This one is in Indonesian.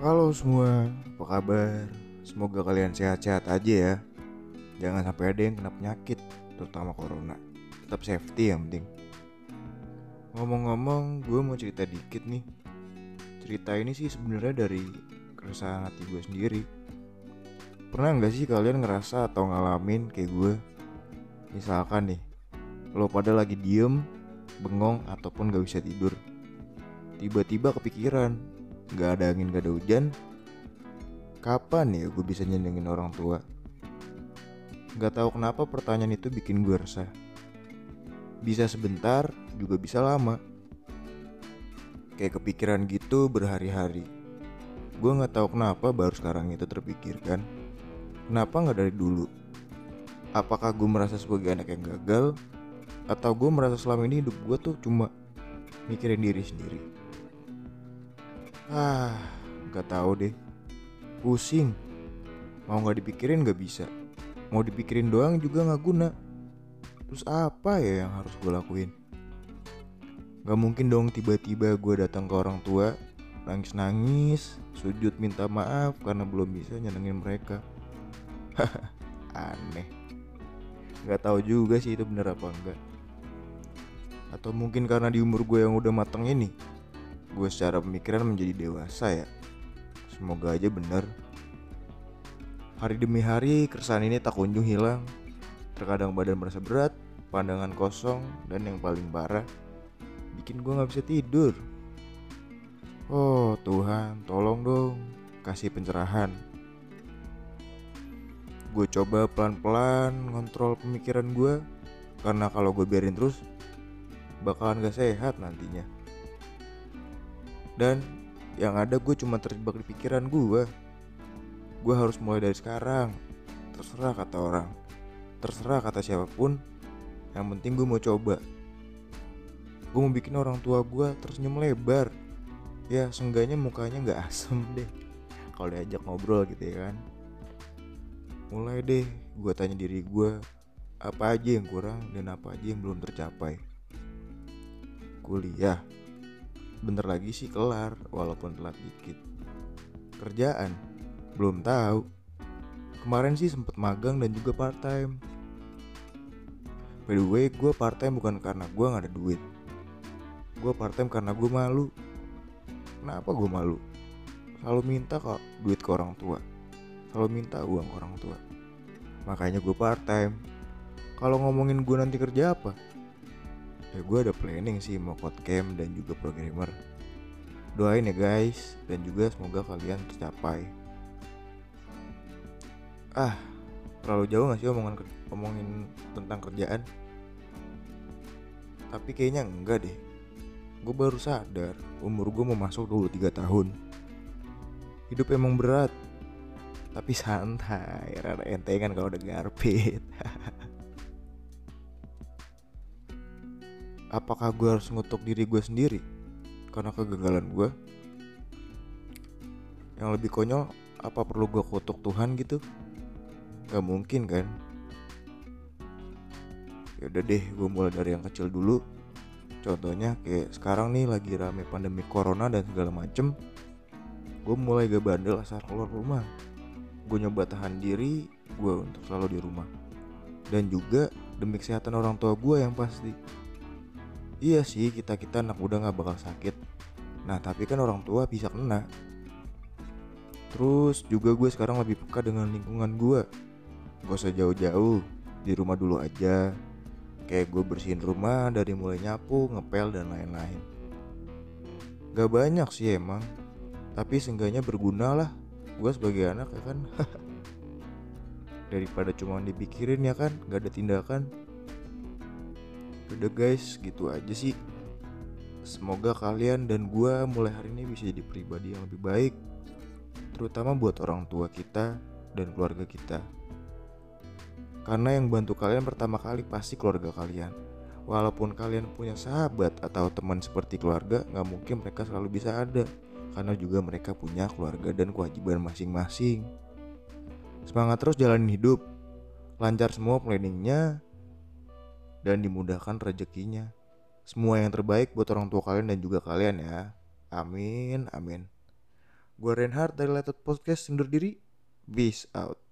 Halo semua, apa kabar? Semoga kalian sehat-sehat aja ya. Jangan sampai ada yang kena penyakit, terutama corona. Tetap safety yang penting. Ngomong-ngomong, gue mau cerita dikit nih. Cerita ini sih sebenarnya dari keresahan hati gue sendiri. Pernah nggak sih kalian ngerasa atau ngalamin kayak gue? Misalkan nih, lo pada lagi diem, bengong ataupun gak bisa tidur. Tiba-tiba kepikiran, gak ada angin, gak ada hujan. Kapan ya gue bisa nyenengin orang tua? Gak tahu kenapa pertanyaan itu bikin gue resah. Bisa sebentar, juga bisa lama. Kayak kepikiran gitu berhari-hari. Gue gak tahu kenapa baru sekarang itu terpikirkan. Kenapa gak dari dulu? Apakah gue merasa sebagai anak yang gagal? Atau gue merasa selama ini hidup gue tuh cuma mikirin diri sendiri? Ah, gak tahu deh. Pusing. Mau gak dipikirin gak bisa. Mau dipikirin doang juga gak guna. Terus apa ya yang harus gue lakuin? Gak mungkin dong tiba-tiba gue datang ke orang tua, nangis-nangis, sujud minta maaf karena belum bisa nyenengin mereka. Aneh. Gak tahu juga sih itu bener apa enggak. Atau mungkin karena di umur gue yang udah mateng ini, gue secara pemikiran menjadi dewasa ya. Semoga aja bener. Hari demi hari keresahan ini tak kunjung hilang. Terkadang badan merasa berat, pandangan kosong, dan yang paling parah, bikin gue gak bisa tidur. Oh Tuhan, tolong dong, kasih pencerahan. Gue coba pelan-pelan ngontrol pemikiran gue, karena kalau gue biarin terus, bakalan gak sehat nantinya. Dan yang ada gue cuma terjebak di pikiran gue. Gue harus mulai dari sekarang. Terserah kata orang, terserah kata siapapun, yang penting gue mau coba. Gue mau bikin orang tua gue tersenyum lebar. Ya seenggaknya mukanya gak asem deh kalau diajak ngobrol gitu ya kan. Mulai deh gue tanya diri gue, apa aja yang kurang dan apa aja yang belum tercapai. Kuliah, bentar lagi sih kelar walaupun telat dikit. Kerjaan, belum tahu. Kemarin sih sempet magang dan juga part time. By the way, gue part time bukan karena gue gak ada duit. Gue part time karena gue malu. Kenapa gue malu? Selalu minta kok duit ke orang tua, selalu minta uang ke orang tua. Makanya gue part time. Kalau ngomongin gue nanti kerja apa, ya gue ada planning sih mau code camp dan juga programmer. Doain ya guys, dan juga semoga kalian tercapai. Terlalu jauh gak sih ngomongin tentang kerjaan? Tapi kayaknya enggak deh. Gue baru sadar umur gue mau masuk 23 tahun. Hidup emang berat, tapi santai, rada entengan kalau udah garpit. Apakah gue harus ngutuk diri gue sendiri karena kegagalan gue? Yang lebih konyol, apa perlu gue kutuk Tuhan gitu? Gak mungkin kan? Yaudah deh, gue mulai dari yang kecil dulu. Contohnya kayak sekarang nih lagi rame pandemi corona dan segala macem. Gue mulai gak bandel asal keluar rumah. Gue nyoba tahan diri gue untuk selalu di rumah. Dan juga demi kesehatan orang tua gue yang pasti. Iya sih, kita anak muda gak bakal sakit. Nah tapi kan orang tua bisa kena. Terus juga gue sekarang lebih peka dengan lingkungan gue. Gak usah jauh-jauh, di rumah dulu aja. Kayak gue bersihin rumah dari mulai nyapu, ngepel, dan lain-lain. Gak banyak sih emang, tapi seenggaknya berguna lah. Gue sebagai anak ya kan. Daripada cuma dipikirin ya kan, gak ada tindakan. Udah guys, gitu aja sih. Semoga kalian dan gue mulai hari ini bisa jadi pribadi yang lebih baik, terutama buat orang tua kita dan keluarga kita. Karena yang bantu kalian pertama kali pasti keluarga kalian. Walaupun kalian punya sahabat atau teman seperti keluarga, gak mungkin mereka selalu bisa ada, karena juga mereka punya keluarga dan kewajiban masing-masing. Semangat terus jalanin hidup, lancar semua planningnya, dan dimudahkan rezekinya. Semua yang terbaik buat orang tua kalian dan juga kalian ya. Amin, amin. Gue Reinhard dari Letot Podcast undur diri. Peace out.